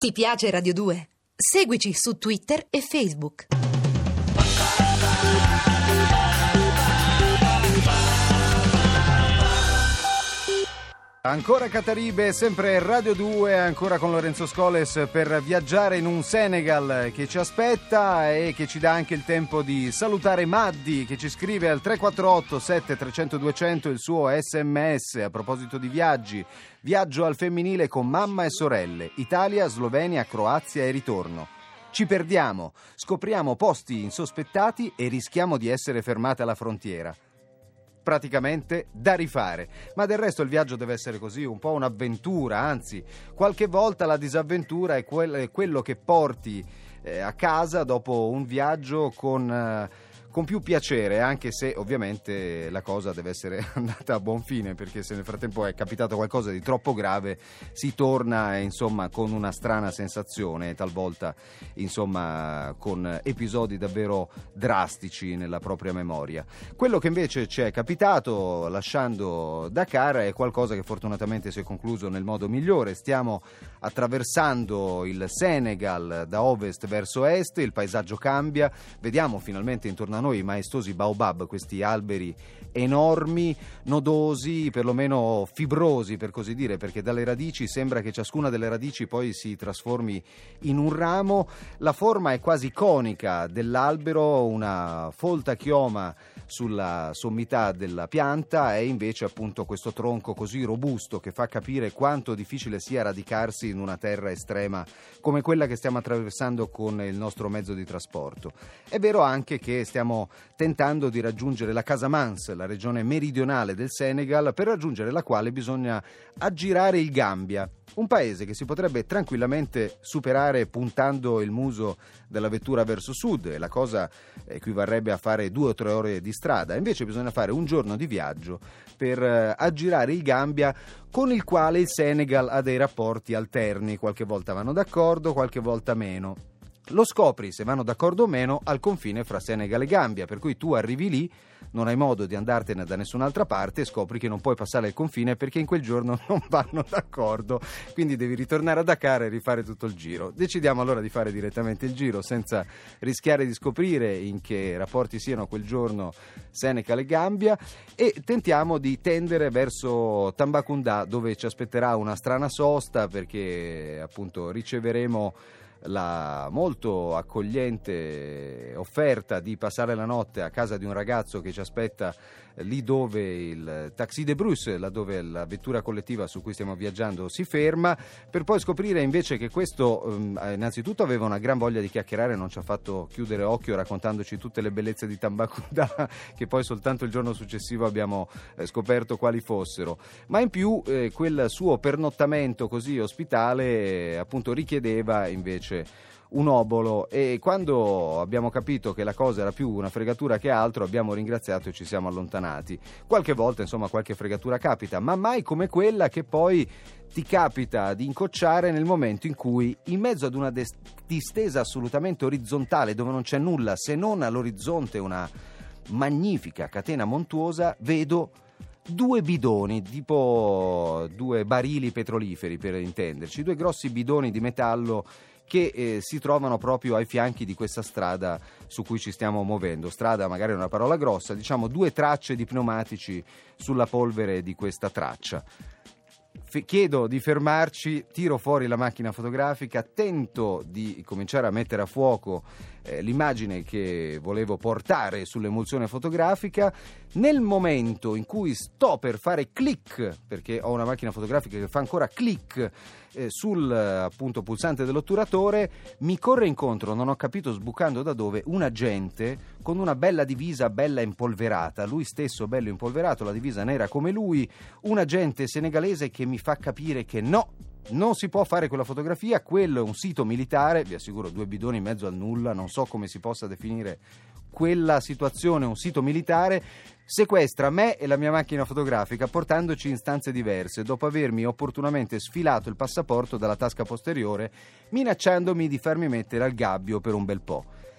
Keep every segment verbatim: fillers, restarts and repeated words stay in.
Ti piace Radio due? Seguici su Twitter e Facebook. Ancora Cataribe, sempre Radio due, ancora con Lorenzo Scoles per viaggiare in un Senegal che ci aspetta e che ci dà anche il tempo di salutare Maddi, che ci scrive al tre quattro otto sette tre zero zero due zero zero il suo sms a proposito di viaggi. Viaggio al femminile con mamma e sorelle, Italia, Slovenia, Croazia e ritorno. Ci perdiamo, scopriamo posti insospettati e rischiamo di essere fermate alla frontiera. Praticamente da rifare, ma del resto il viaggio deve essere così, un po' un'avventura, anzi qualche volta la disavventura è quel, quello che porti eh, a casa dopo un viaggio con, eh, con più piacere, anche se ovviamente la cosa deve essere andata a buon fine, perché se nel frattempo è capitato qualcosa di troppo grave si torna insomma con una strana sensazione, talvolta insomma con episodi davvero drastici nella propria memoria. Quello che invece ci è capitato lasciando Dakar è qualcosa che fortunatamente si è concluso nel modo migliore. Stiamo attraversando il Senegal da ovest verso est, il paesaggio cambia, vediamo finalmente intorno a noi i maestosi baobab, questi alberi enormi, nodosi, perlomeno fibrosi per così dire, perché dalle radici sembra che ciascuna delle radici poi si trasformi in un ramo. La forma è quasi conica dell'albero, una folta chioma sulla sommità della pianta e invece appunto questo tronco così robusto che fa capire quanto difficile sia radicarsi in una terra estrema come quella che stiamo attraversando con il nostro mezzo di trasporto. È vero anche che stiamo tentando di raggiungere la Casamance, la regione meridionale del Senegal, per raggiungere la quale bisogna aggirare il Gambia, un paese che si potrebbe tranquillamente superare puntando il muso della vettura verso sud, e la cosa equivarrebbe a fare due o tre ore di strada. Invece bisogna fare un giorno di viaggio per aggirare il Gambia, con il quale il Senegal ha dei rapporti alterni, qualche volta vanno d'accordo, qualche volta meno. Lo scopri, se vanno d'accordo o meno, al confine fra Senegal e Gambia, per cui tu arrivi lì, non hai modo di andartene da nessun'altra parte e scopri che non puoi passare il confine perché in quel giorno non vanno d'accordo, quindi devi ritornare a Dakar e rifare tutto il giro. Decidiamo allora di fare direttamente il giro senza rischiare di scoprire in che rapporti siano quel giorno Senegal e Gambia, e tentiamo di tendere verso Tambacounda, dove ci aspetterà una strana sosta, perché appunto riceveremo la molto accogliente offerta di passare la notte a casa di un ragazzo che ci aspetta lì dove il Taxi de Bruce, laddove la vettura collettiva su cui stiamo viaggiando si ferma, per poi scoprire invece che questo eh, innanzitutto aveva una gran voglia di chiacchierare, non ci ha fatto chiudere occhio raccontandoci tutte le bellezze di Tambacounda che poi soltanto il giorno successivo abbiamo eh, scoperto quali fossero, ma in più eh, quel suo pernottamento così ospitale eh, appunto richiedeva invece un obolo, e quando abbiamo capito che la cosa era più una fregatura che altro abbiamo ringraziato e ci siamo allontanati. Qualche volta insomma qualche fregatura capita, ma mai come quella che poi ti capita di incocciare nel momento in cui, in mezzo ad una des- distesa assolutamente orizzontale dove non c'è nulla se non all'orizzonte una magnifica catena montuosa, vedo due bidoni, tipo due barili petroliferi per intenderci, due grossi bidoni di metallo che eh, si trovano proprio ai fianchi di questa strada su cui ci stiamo muovendo. Strada magari è una parola grossa, diciamo due tracce di pneumatici sulla polvere di questa traccia. F- chiedo di fermarci, tiro fuori la macchina fotografica, tento di cominciare a mettere a fuoco eh, l'immagine che volevo portare sull'emulsione fotografica. Nel momento in cui sto per fare click, perché ho una macchina fotografica che fa ancora click eh, sul appunto pulsante dell'otturatore, mi corre incontro, non ho capito sbucando da dove, un agente con una bella divisa bella impolverata, lui stesso bello impolverato, la divisa nera come lui, un agente senegalese che mi fa capire che no, non si può fare quella fotografia, quello è un sito militare, vi assicuro, due bidoni in mezzo al nulla, non so come si possa definire quella situazione, un sito militare. Sequestra me e la mia macchina fotografica portandoci in stanze diverse dopo avermi opportunamente sfilato il passaporto dalla tasca posteriore, minacciandomi di farmi mettere al gabbio per un bel po'.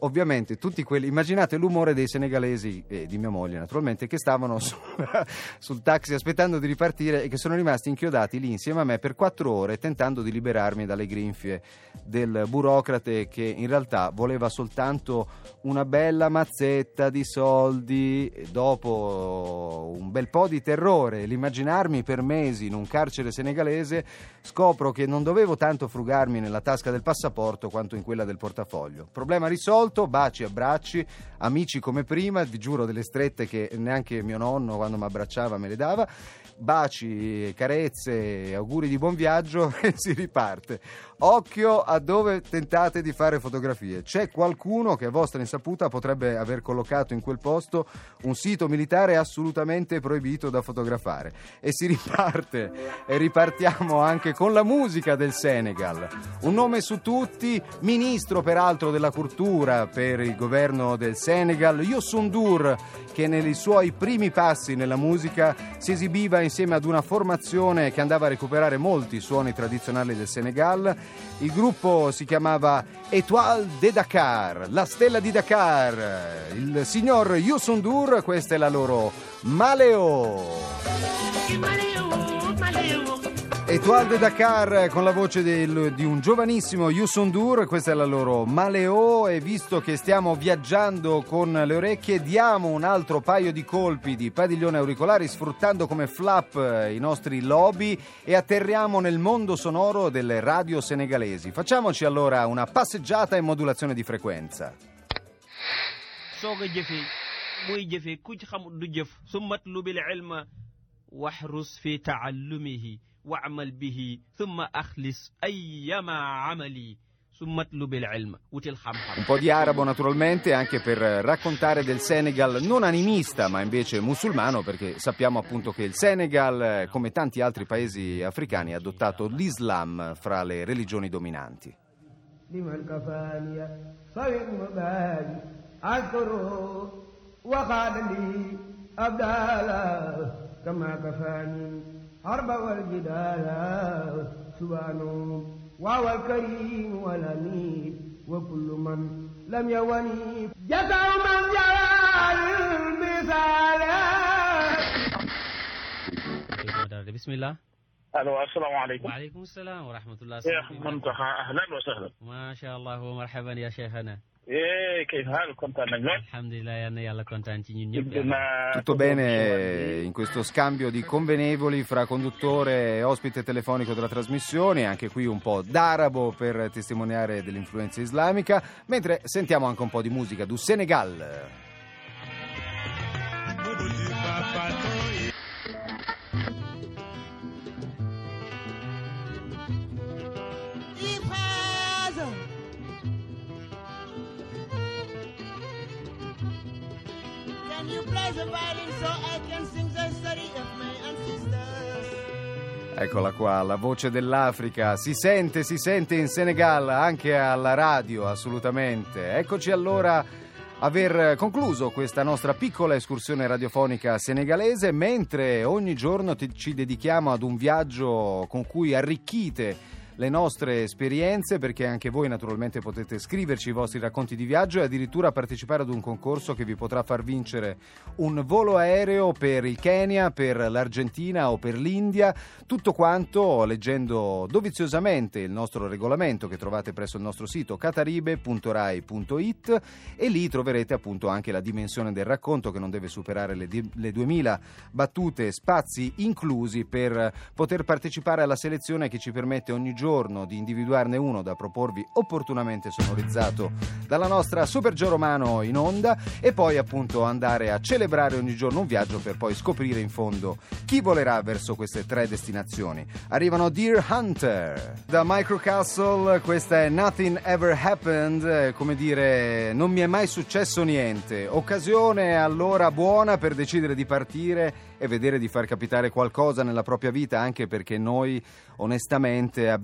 ovviamente tutti quelli, immaginate l'umore dei senegalesi e di mia moglie naturalmente, che stavano su, sul taxi aspettando di ripartire e che sono rimasti inchiodati lì insieme a me per quattro ore tentando di liberarmi dalle grinfie del burocrate che in realtà voleva soltanto una bella mazzetta di soldi. E dopo un bel po' di terrore, l'immaginarmi per mesi in un carcere senegalese, scopro che non dovevo tanto frugarmi nella tasca del passaporto quanto in quella del portafoglio. Problema risolto, baci, abbracci, amici come prima, vi giuro delle strette che neanche mio nonno quando mi abbracciava me le dava, baci, carezze, auguri di buon viaggio e si riparte. Occhio a dove tentate di fare fotografie. C'è qualcuno che a vostra insaputa potrebbe aver collocato in quel posto un sito militare assolutamente proibito da fotografare. E si riparte, e ripartiamo anche con la musica del Senegal. Un nome su tutti, ministro peraltro della cultura per il governo del Senegal, Youssou N'Dour, che nei suoi primi passi nella musica si esibiva insieme ad una formazione che andava a recuperare molti suoni tradizionali del Senegal. Il gruppo si chiamava Étoile de Dakar, la stella di Dakar. Il signor Youssou N'Dour, questa è la loro Maleo. Étoile de Dakar con la voce del, di un giovanissimo Youssou N'Dour, questa è la loro Maleo. E visto che stiamo viaggiando con le orecchie, diamo un altro paio di colpi di padiglione auricolari sfruttando come flap i nostri lobby e atterriamo nel mondo sonoro delle radio senegalesi. Facciamoci allora una passeggiata in modulazione di frequenza. sooga jëfe muy jëfe ku ci xamul du jëf summat lu bil ilma wahrus fi taallumihi wa'mal bihi thumma akhlis ayyama amali summatlu bil ilm util khamkham. Un po' di arabo naturalmente anche per raccontare del Senegal non animista ma invece musulmano, perché sappiamo appunto che il Senegal, come tanti altri paesi africani, ha adottato l'Islam fra le religioni dominanti. harba wal jidala subhanahu wa wal karim wal hamid wa kullu man lam yawani jazaa man jalal misala. Bismillah. الو السلام عليكم. وعليكم السلام ورحمة الله. شيخ منتخى اهلا وسهلا. ما شاء الله ومرحبا يا شيخنا. ايه كيف حالك؟ kontaan nañ lool. Alhamdulillah, yal na Yàlla kontaan ci ñun ñëpp. Tutto bene in questo scambio di convenevoli fra conduttore e ospite telefonico della trasmissione, anche qui un po' d'arabo per testimoniare dell'influenza islamica, mentre sentiamo anche un po' di musica du Senegal. Eccola qua, la voce dell'Africa, si sente, si sente in Senegal, anche alla radio, assolutamente. Eccoci allora aver concluso questa nostra piccola escursione radiofonica senegalese, mentre ogni giorno ti, ci dedichiamo ad un viaggio con cui arricchite le nostre esperienze, perché anche voi naturalmente potete scriverci i vostri racconti di viaggio e addirittura partecipare ad un concorso che vi potrà far vincere un volo aereo per il Kenya, per l'Argentina o per l'India, tutto quanto leggendo doviziosamente il nostro regolamento che trovate presso il nostro sito cataribe punto rai punto it, e lì troverete appunto anche la dimensione del racconto che non deve superare le, di- le duemila battute, spazi inclusi, per poter partecipare alla selezione che ci permette ogni giorno giorno di individuarne uno da proporvi opportunamente sonorizzato dalla nostra Super Gio Romano in onda, e poi appunto andare a celebrare ogni giorno un viaggio per poi scoprire in fondo chi volerà verso queste tre destinazioni. Arrivano Deer Hunter da Microcastle, questa è Nothing Ever Happened, come dire non mi è mai successo niente, occasione allora buona per decidere di partire e vedere di far capitare qualcosa nella propria vita, anche perché noi onestamente abbiamo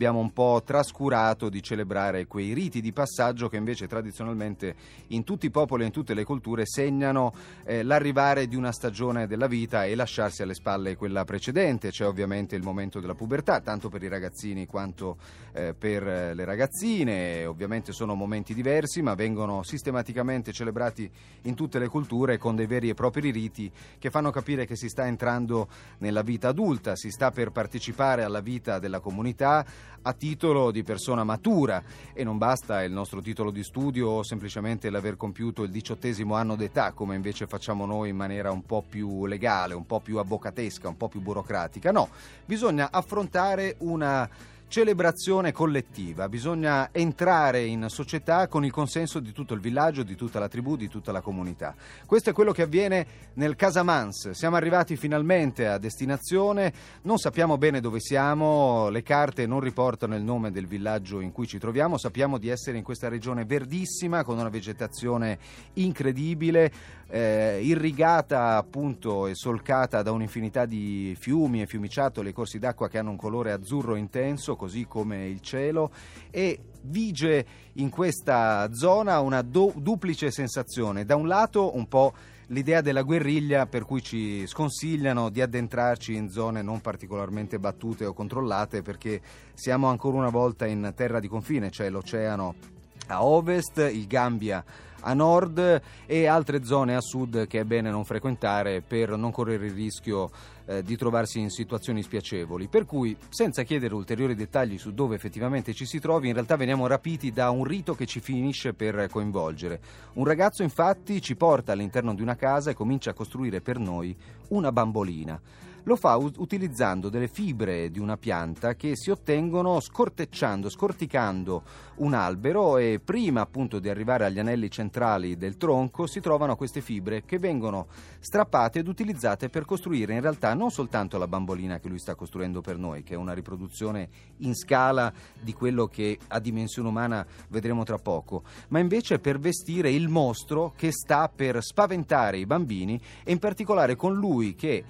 abbiamo un po' trascurato di celebrare quei riti di passaggio che invece tradizionalmente in tutti i popoli e in tutte le culture segnano eh, l'arrivare di una stagione della vita e lasciarsi alle spalle quella precedente. C'è ovviamente il momento della pubertà, tanto per i ragazzini quanto eh, per le ragazzine. Ovviamente sono momenti diversi, ma vengono sistematicamente celebrati in tutte le culture con dei veri e propri riti che fanno capire che si sta entrando nella vita adulta, si sta per partecipare alla vita della comunità a titolo di persona matura, e non basta il nostro titolo di studio o semplicemente l'aver compiuto il diciottesimo anno d'età, come invece facciamo noi in maniera un po' più legale, un po' più avvocatesca, un po' più burocratica. No, bisogna affrontare una celebrazione collettiva, bisogna entrare in società con il consenso di tutto il villaggio, di tutta la tribù, di tutta la comunità. Questo è quello che avviene nel Casamance. Siamo arrivati finalmente a destinazione, non sappiamo bene dove siamo, le carte non riportano il nome del villaggio in cui ci troviamo, sappiamo di essere in questa regione verdissima con una vegetazione incredibile, eh, irrigata appunto e solcata da un'infinità di fiumi e fiumiciattoli e corsi d'acqua che hanno un colore azzurro intenso, così come il cielo, e vige in questa zona una do- duplice sensazione. Da un lato un po' l'idea della guerriglia, per cui ci sconsigliano di addentrarci in zone non particolarmente battute o controllate, perché siamo ancora una volta in terra di confine, c'è l'oceano a ovest, il Gambia a nord e altre zone a sud che è bene non frequentare per non correre il rischio eh, di trovarsi in situazioni spiacevoli. Per cui, senza chiedere ulteriori dettagli su dove effettivamente ci si trovi, in realtà veniamo rapiti da un rito che ci finisce per coinvolgere. Un ragazzo infatti ci porta all'interno di una casa e comincia a costruire per noi una bambolina. Lo fa u- utilizzando delle fibre di una pianta che si ottengono scortecciando, scorticando un albero, e prima appunto di arrivare agli anelli centrali del tronco si trovano queste fibre che vengono strappate ed utilizzate per costruire in realtà non soltanto la bambolina che lui sta costruendo per noi, che è una riproduzione in scala di quello che a dimensione umana vedremo tra poco, ma invece per vestire il mostro che sta per spaventare i bambini, e in particolare con lui che,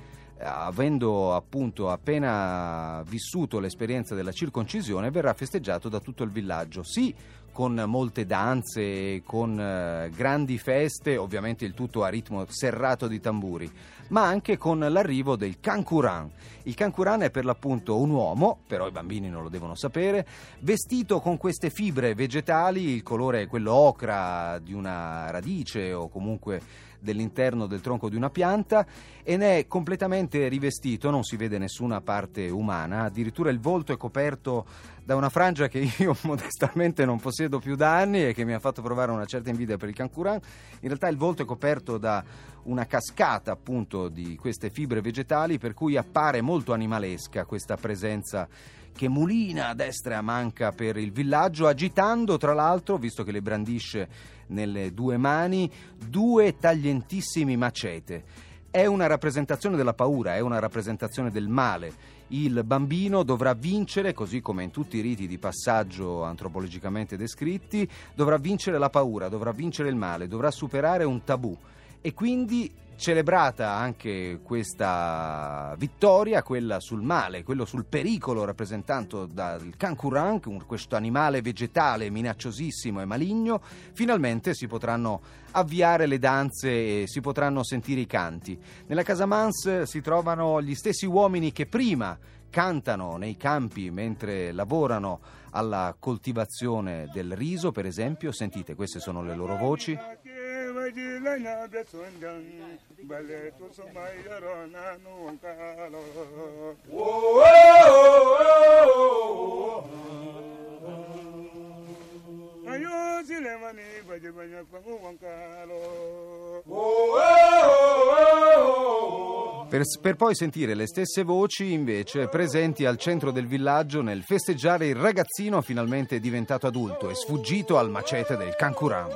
avendo appunto appena vissuto l'esperienza della circoncisione, verrà festeggiato da tutto il villaggio, sì, con molte danze, con eh, grandi feste, ovviamente il tutto a ritmo serrato di tamburi, ma anche con l'arrivo del Kankuran. Il Kankuran è per l'appunto un uomo, però i bambini non lo devono sapere, vestito con queste fibre vegetali, il colore è quello ocra di una radice o comunque dell'interno del tronco di una pianta, e ne è completamente rivestito, non si vede nessuna parte umana, addirittura il volto è coperto da una frangia che io modestamente non possiedo più da anni e che mi ha fatto provare una certa invidia per il Kankuran. In realtà il volto è coperto da una cascata appunto di queste fibre vegetali, per cui appare molto animalesca questa presenza che mulina a destra e a manca per il villaggio, agitando tra l'altro, visto che le brandisce nelle due mani, due taglientissimi macete. È una rappresentazione della paura, è una rappresentazione del male. Il bambino dovrà vincere, così come in tutti i riti di passaggio antropologicamente descritti, dovrà vincere la paura, dovrà vincere il male, dovrà superare un tabù, e quindi, celebrata anche questa vittoria, quella sul male, quello sul pericolo rappresentato dal Kankuran, questo animale vegetale minacciosissimo e maligno, finalmente si potranno avviare le danze e si potranno sentire i canti. Nella Casamance si trovano gli stessi uomini che prima cantano nei campi mentre lavorano alla coltivazione del riso, per esempio. Sentite, queste sono le loro voci. Per, per poi sentire le stesse voci invece presenti al centro del villaggio nel festeggiare il ragazzino finalmente diventato adulto e sfuggito al macete del Kankuran.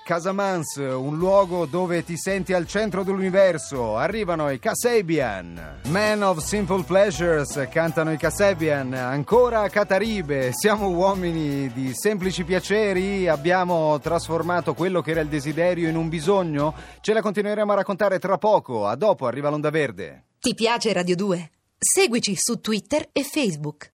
Casamance, un luogo dove ti senti al centro dell'universo. Arrivano i Kasabian. Man of Simple Pleasures, cantano i Kasabian. Ancora Cataribe, siamo uomini di semplici piaceri, abbiamo trasformato quello che era il desiderio in un bisogno. Ce la continueremo a raccontare tra poco. A dopo, arriva l'Onda Verde. Ti piace Radio due? Seguici su Twitter e Facebook.